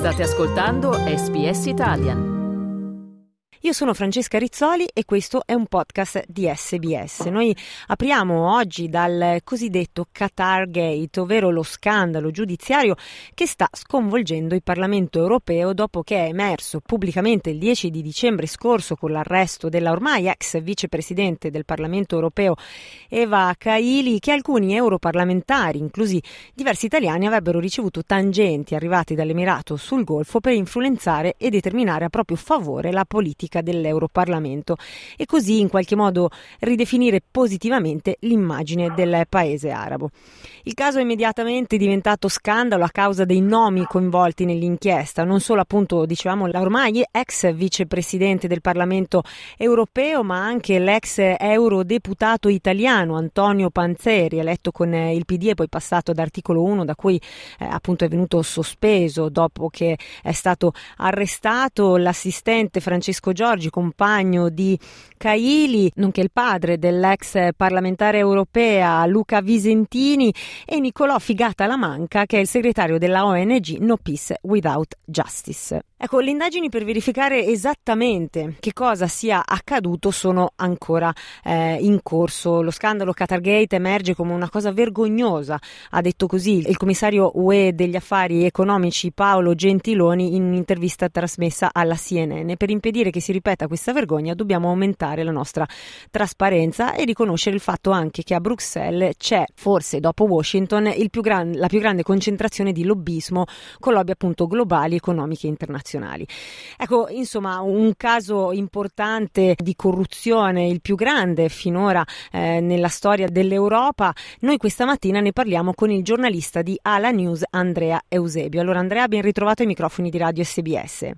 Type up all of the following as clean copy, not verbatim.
State ascoltando SBS Italian. Io sono Francesca Rizzoli e questo è un podcast di SBS. Noi apriamo oggi dal cosiddetto Qatar Gate, ovvero lo scandalo giudiziario che sta sconvolgendo il Parlamento europeo dopo che è emerso pubblicamente il 10 di dicembre scorso con l'arresto della ormai ex vicepresidente del Parlamento europeo Eva Kaili che alcuni europarlamentari, inclusi diversi italiani, avrebbero ricevuto tangenti arrivati dall'Emirato sul Golfo per influenzare e determinare a proprio favore la politica dell'Europarlamento e così in qualche modo ridefinire positivamente l'immagine del paese arabo. Il caso è immediatamente diventato scandalo a causa dei nomi coinvolti nell'inchiesta, non solo appunto dicevamo la ormai ex vicepresidente del Parlamento europeo, ma anche l'ex eurodeputato italiano Antonio Panzeri, eletto con il PD e poi passato ad articolo 1, da cui appunto è venuto sospeso dopo che è stato arrestato, l'assistente Francesco Giorgi, compagno di Kaili, nonché il padre dell'ex parlamentare europea Luca Visentini e Nicolò Figata-Lamanca, che è il segretario della ONG No Peace Without Justice. Ecco, le indagini per verificare esattamente che cosa sia accaduto sono ancora in corso. Lo scandalo Qatargate emerge come una cosa vergognosa, ha detto così il commissario UE degli affari economici Paolo Gentiloni in un'intervista trasmessa alla CNN. Per impedire che si ripeta questa vergogna dobbiamo aumentare la nostra trasparenza e riconoscere il fatto anche che a Bruxelles c'è, forse dopo Washington, la più grande concentrazione di lobbismo con lobby appunto globali, economiche e internazionali. Ecco, insomma, un caso importante di corruzione, il più grande finora nella storia dell'Europa. Noi questa mattina ne parliamo con il giornalista di ALA News Andrea Eusebio. Allora Andrea, ben ritrovato ai microfoni di Radio SBS.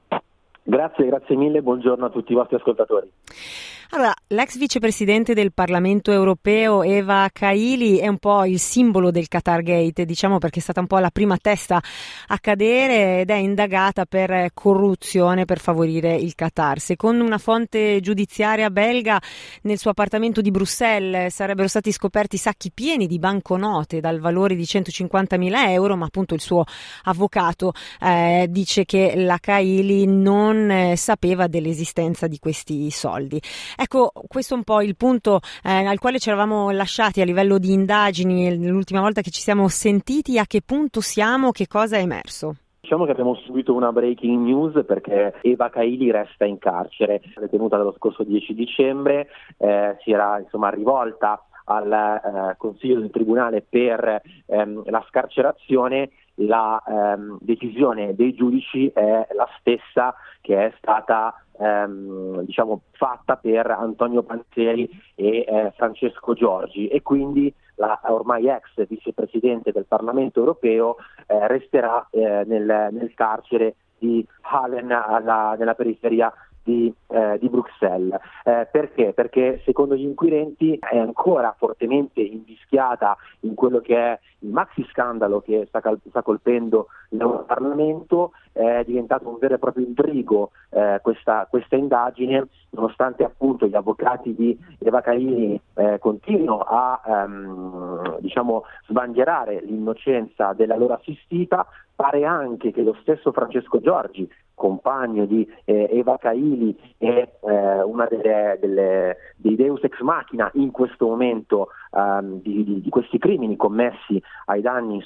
Grazie mille, buongiorno a tutti i vostri ascoltatori. Allora, l'ex vicepresidente del Parlamento europeo Eva Kaili è un po' il simbolo del Qatargate, diciamo, perché è stata un po' la prima testa a cadere ed è indagata per corruzione per favorire il Qatar. Secondo una fonte giudiziaria belga, nel suo appartamento di Bruxelles sarebbero stati scoperti sacchi pieni di banconote dal valore di 150.000 euro, ma appunto il suo avvocato dice che la Kaili non sapeva dell'esistenza di questi soldi. Ecco, questo è un po' il punto al quale ci eravamo lasciati a livello di indagini l'ultima volta che ci siamo sentiti. A che punto siamo? Che cosa è emerso? Diciamo che abbiamo subito una breaking news perché Eva Kaili resta in carcere, detenuta dallo scorso 10 dicembre, si era rivolta al Consiglio del Tribunale per la scarcerazione. La decisione dei giudici è la stessa che è stata fatta per Antonio Panzeri e Francesco Giorgi, e quindi la ormai ex vicepresidente del Parlamento europeo resterà nel carcere di Hallen nella periferia di Bruxelles. Perché? Perché secondo gli inquirenti è ancora fortemente invischiata in quello che è il maxi scandalo che sta colpendo il Parlamento. È diventato un vero e proprio intrigo questa indagine, nonostante appunto gli avvocati di Eva Kaili continuino a sbandierare l'innocenza della loro assistita. Pare anche che lo stesso Francesco Giorgi, compagno di Eva Kaili e una dei Deus ex machina in questo momento di questi crimini commessi ai danni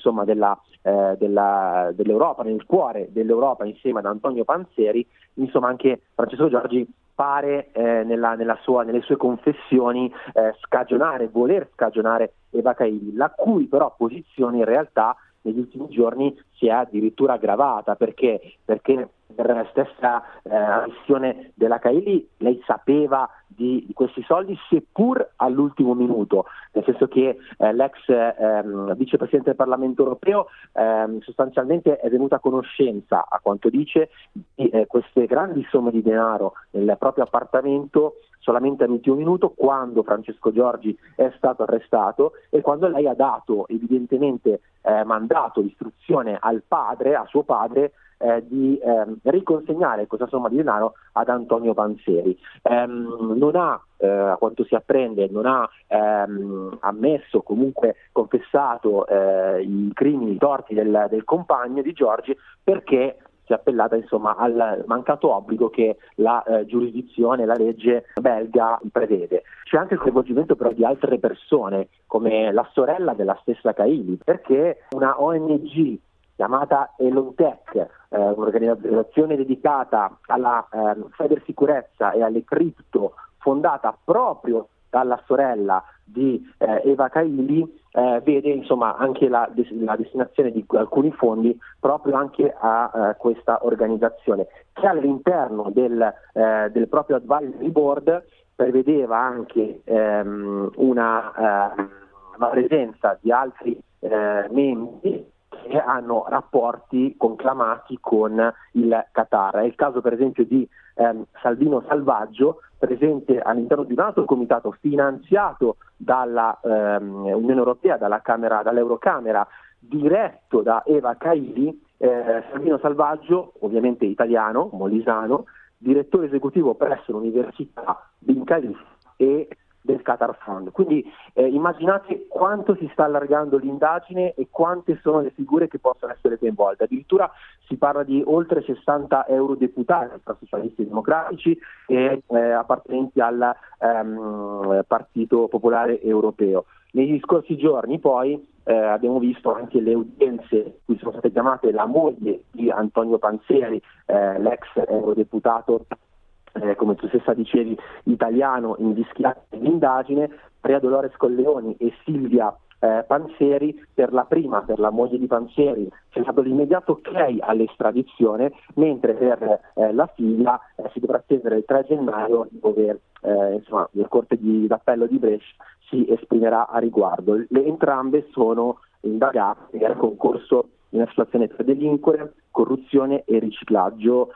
dell'Europa, nel cuore dell'Europa, insieme ad Antonio Panzeri, anche Francesco Giorgi pare nelle sue confessioni voler scagionare Eva Kaili, la cui però posizione in realtà negli ultimi giorni si è addirittura aggravata. Perché per la stessa missione della Kaili lei sapeva di questi soldi, seppur all'ultimo minuto, nel senso che l'ex vicepresidente del Parlamento europeo sostanzialmente è venuta a conoscenza, a quanto dice, di queste grandi somme di denaro nel proprio appartamento solamente all'ultimo minuto, quando Francesco Giorgi è stato arrestato e quando lei ha dato evidentemente mandato, istruzione a suo padre di riconsegnare questa somma di denaro ad Antonio Panzeri. Non ha, a quanto si apprende, non ha ammesso, comunque confessato i crimini, i torti del compagno di Giorgi, perché si è appellata insomma al mancato obbligo che la giurisdizione, la legge belga prevede. C'è anche il coinvolgimento però di altre persone, come la sorella della stessa Kaili, perché una ONG chiamata Elontech, un'organizzazione dedicata alla cybersicurezza e alle cripto, fondata proprio dalla sorella di Eva Kaili, vede insomma anche la destinazione di alcuni fondi proprio anche a questa organizzazione, che all'interno del proprio advisory board prevedeva anche la presenza di altri membri che hanno rapporti conclamati con il Qatar. È il caso per esempio di Salvino Salvaggio, presente all'interno di un altro comitato finanziato dalla Unione Europea, dall'Eurocamera, diretto da Eva Kaili. Salvino Salvaggio, ovviamente italiano, molisano, direttore esecutivo presso l'Università Bin Khalifa e del Qatar Fund. Quindi immaginate quanto si sta allargando l'indagine e quante sono le figure che possono essere coinvolte. Addirittura si parla di oltre 60 eurodeputati tra socialisti e democratici e appartenenti al Partito Popolare Europeo. Negli scorsi giorni poi abbiamo visto anche le udienze cui sono state chiamate la moglie di Antonio Panzeri, l'ex eurodeputato, come tu stessa dicevi, italiano invischiato nell'indagine, Maria Dolores Colleoni e Silvia Panzeri. Per la prima, per la moglie di Panzeri, c'è stato l'immediato ok all'estradizione, mentre per la figlia si dovrà attendere il 3 gennaio dove la Corte d'Appello di Brescia si esprimerà a riguardo. Entrambe sono indagate per concorso in associazione per delinquere, corruzione e riciclaggio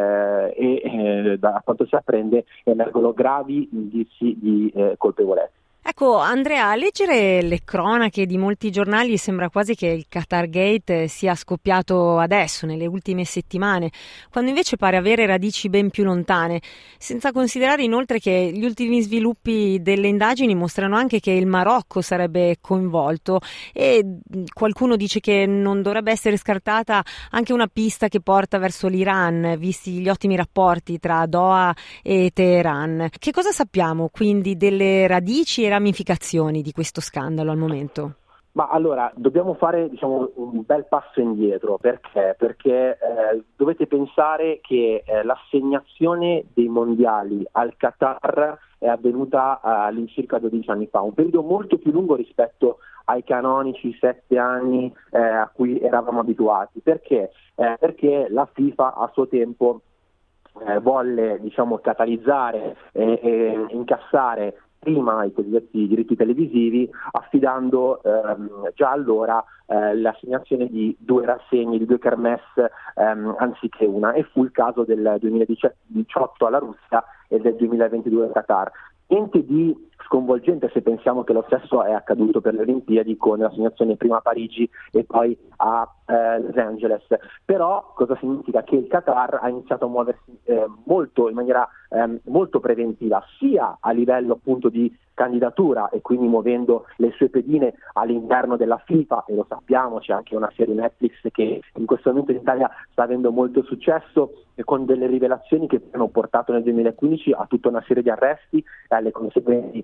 da quanto si apprende emergono gravi indizi di colpevolezza. Ecco Andrea, a leggere le cronache di molti giornali sembra quasi che il Qatargate sia scoppiato adesso, nelle ultime settimane, quando invece pare avere radici ben più lontane, senza considerare inoltre che gli ultimi sviluppi delle indagini mostrano anche che il Marocco sarebbe coinvolto e qualcuno dice che non dovrebbe essere scartata anche una pista che porta verso l'Iran, visti gli ottimi rapporti tra Doha e Teheran. Che cosa sappiamo quindi delle radici e ramificazioni di questo scandalo al momento? Ma allora, dobbiamo fare un bel passo indietro, perché dovete pensare che l'assegnazione dei mondiali al Qatar è avvenuta all'incirca 12 anni fa, un periodo molto più lungo rispetto ai canonici 7 anni a cui eravamo abituati. Perché? Perché la FIFA a suo tempo volle catalizzare e incassare prima i cosiddetti diritti televisivi, affidando già allora l'assegnazione di 2 rassegne, di 2 kermesse anziché una, e fu il caso del 2018 alla Russia e del 2022 al Qatar. Niente di sconvolgente se pensiamo che lo stesso è accaduto per le Olimpiadi, con l'assegnazione prima a Parigi e poi a Los Angeles. Però cosa significa? Che il Qatar ha iniziato a muoversi in maniera molto preventiva, sia a livello appunto di candidatura e quindi muovendo le sue pedine all'interno della FIFA, e lo sappiamo, c'è anche una serie Netflix che in questo momento in Italia sta avendo molto successo, e con delle rivelazioni che hanno portato nel 2015 a tutta una serie di arresti e alle conseguenti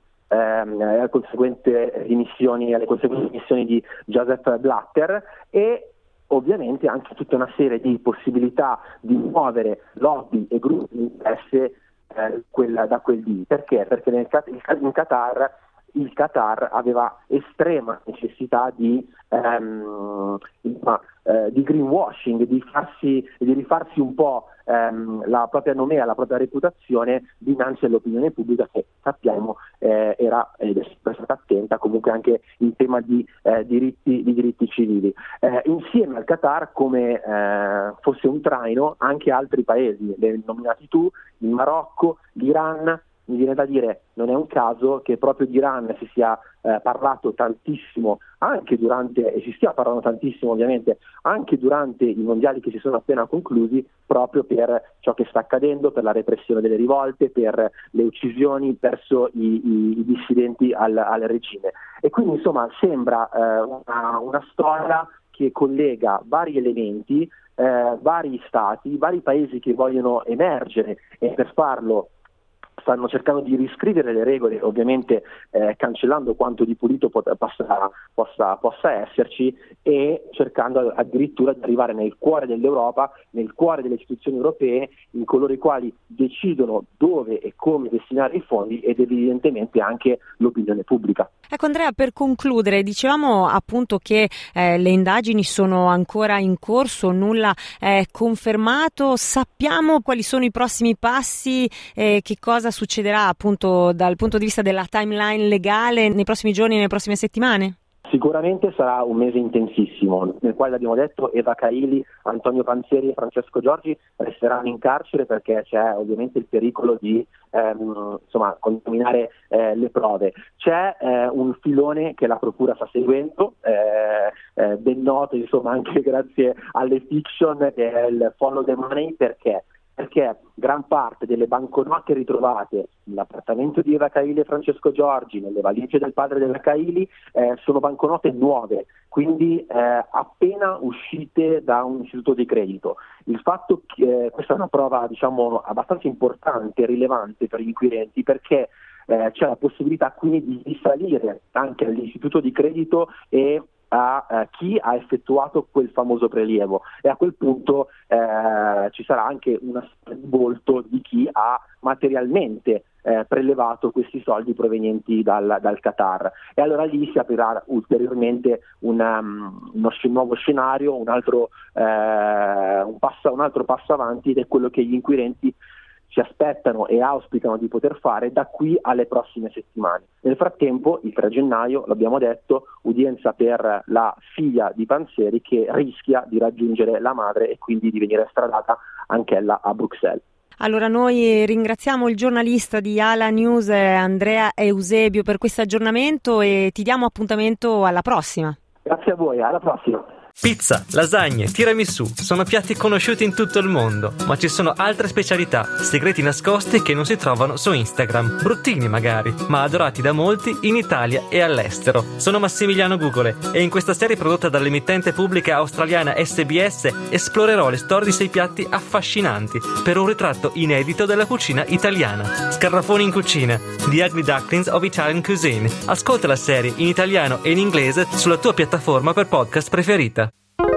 dimissioni di Joseph Blatter, e ovviamente anche tutta una serie di possibilità di muovere lobby e gruppi di interesse da quel dì. Perché? Perché il Qatar aveva estrema necessità di greenwashing, di rifarsi un po' la propria nomea, la propria reputazione dinanzi all'opinione pubblica, che sappiamo era ed è sempre stata attenta comunque anche in tema di diritti civili. Insieme al Qatar, come fosse un traino, anche altri paesi, li hai nominati tu, il Marocco, l'Iran. Mi viene da dire, non è un caso che proprio di Iran si sia parlato tantissimo e si stia parlando tantissimo ovviamente anche durante i mondiali che si sono appena conclusi, proprio per ciò che sta accadendo, per la repressione delle rivolte, per le uccisioni verso i dissidenti al regime. E quindi insomma sembra una storia che collega vari elementi, vari stati, vari paesi che vogliono emergere, e per farlo stanno cercando di riscrivere le regole, ovviamente cancellando quanto di pulito possa esserci, e cercando addirittura di arrivare nel cuore dell'Europa, nel cuore delle istituzioni europee, in coloro i quali decidono dove e come destinare i fondi, ed evidentemente anche l'opinione pubblica. Ecco Andrea, per concludere, dicevamo appunto che le indagini sono ancora in corso, nulla è confermato. Sappiamo quali sono i prossimi passi, che cosa succederà appunto dal punto di vista della timeline legale nei prossimi giorni, nelle prossime settimane? Sicuramente sarà un mese intensissimo, nel quale abbiamo detto Eva Kaili, Antonio Panzeri e Francesco Giorgi resteranno in carcere, perché c'è ovviamente il pericolo di contaminare le prove. C'è un filone che la procura sta seguendo, ben noto anche grazie alle fiction, che è il follow the money. Perché gran parte delle banconote ritrovate nell'appartamento di Eva Kaili e Francesco Giorgi, nelle valigie del padre della Kaili, sono banconote nuove, quindi appena uscite da un istituto di credito. Il fatto che questa è una prova abbastanza importante e rilevante per gli inquirenti, perché c'è la possibilità quindi di risalire anche all'istituto di credito e a chi ha effettuato quel famoso prelievo, e a quel punto ci sarà anche una volto di chi ha materialmente prelevato questi soldi provenienti dal Qatar, e allora lì si aprirà ulteriormente un nuovo scenario, un altro passo avanti, ed è quello che gli inquirenti si aspettano e auspicano di poter fare da qui alle prossime settimane. Nel frattempo, il 3 gennaio, l'abbiamo detto, udienza per la figlia di Panzeri, che rischia di raggiungere la madre e quindi di venire estradata anch'ella a Bruxelles. Allora noi ringraziamo il giornalista di ALA News Andrea Eusebio per questo aggiornamento e ti diamo appuntamento alla prossima. Grazie a voi, alla prossima. Pizza, lasagne, tiramisù sono piatti conosciuti in tutto il mondo, ma ci sono altre specialità, segreti nascosti che non si trovano su Instagram, bruttini magari, ma adorati da molti in Italia e all'estero. Sono Massimiliano Gugole e in questa serie prodotta dall'emittente pubblica australiana SBS esplorerò le storie di 6 piatti affascinanti per un ritratto inedito della cucina italiana. Scarafoni in cucina, The Ugly Ducklings of Italian Cuisine. Ascolta la serie in italiano e in inglese sulla tua piattaforma per podcast preferita.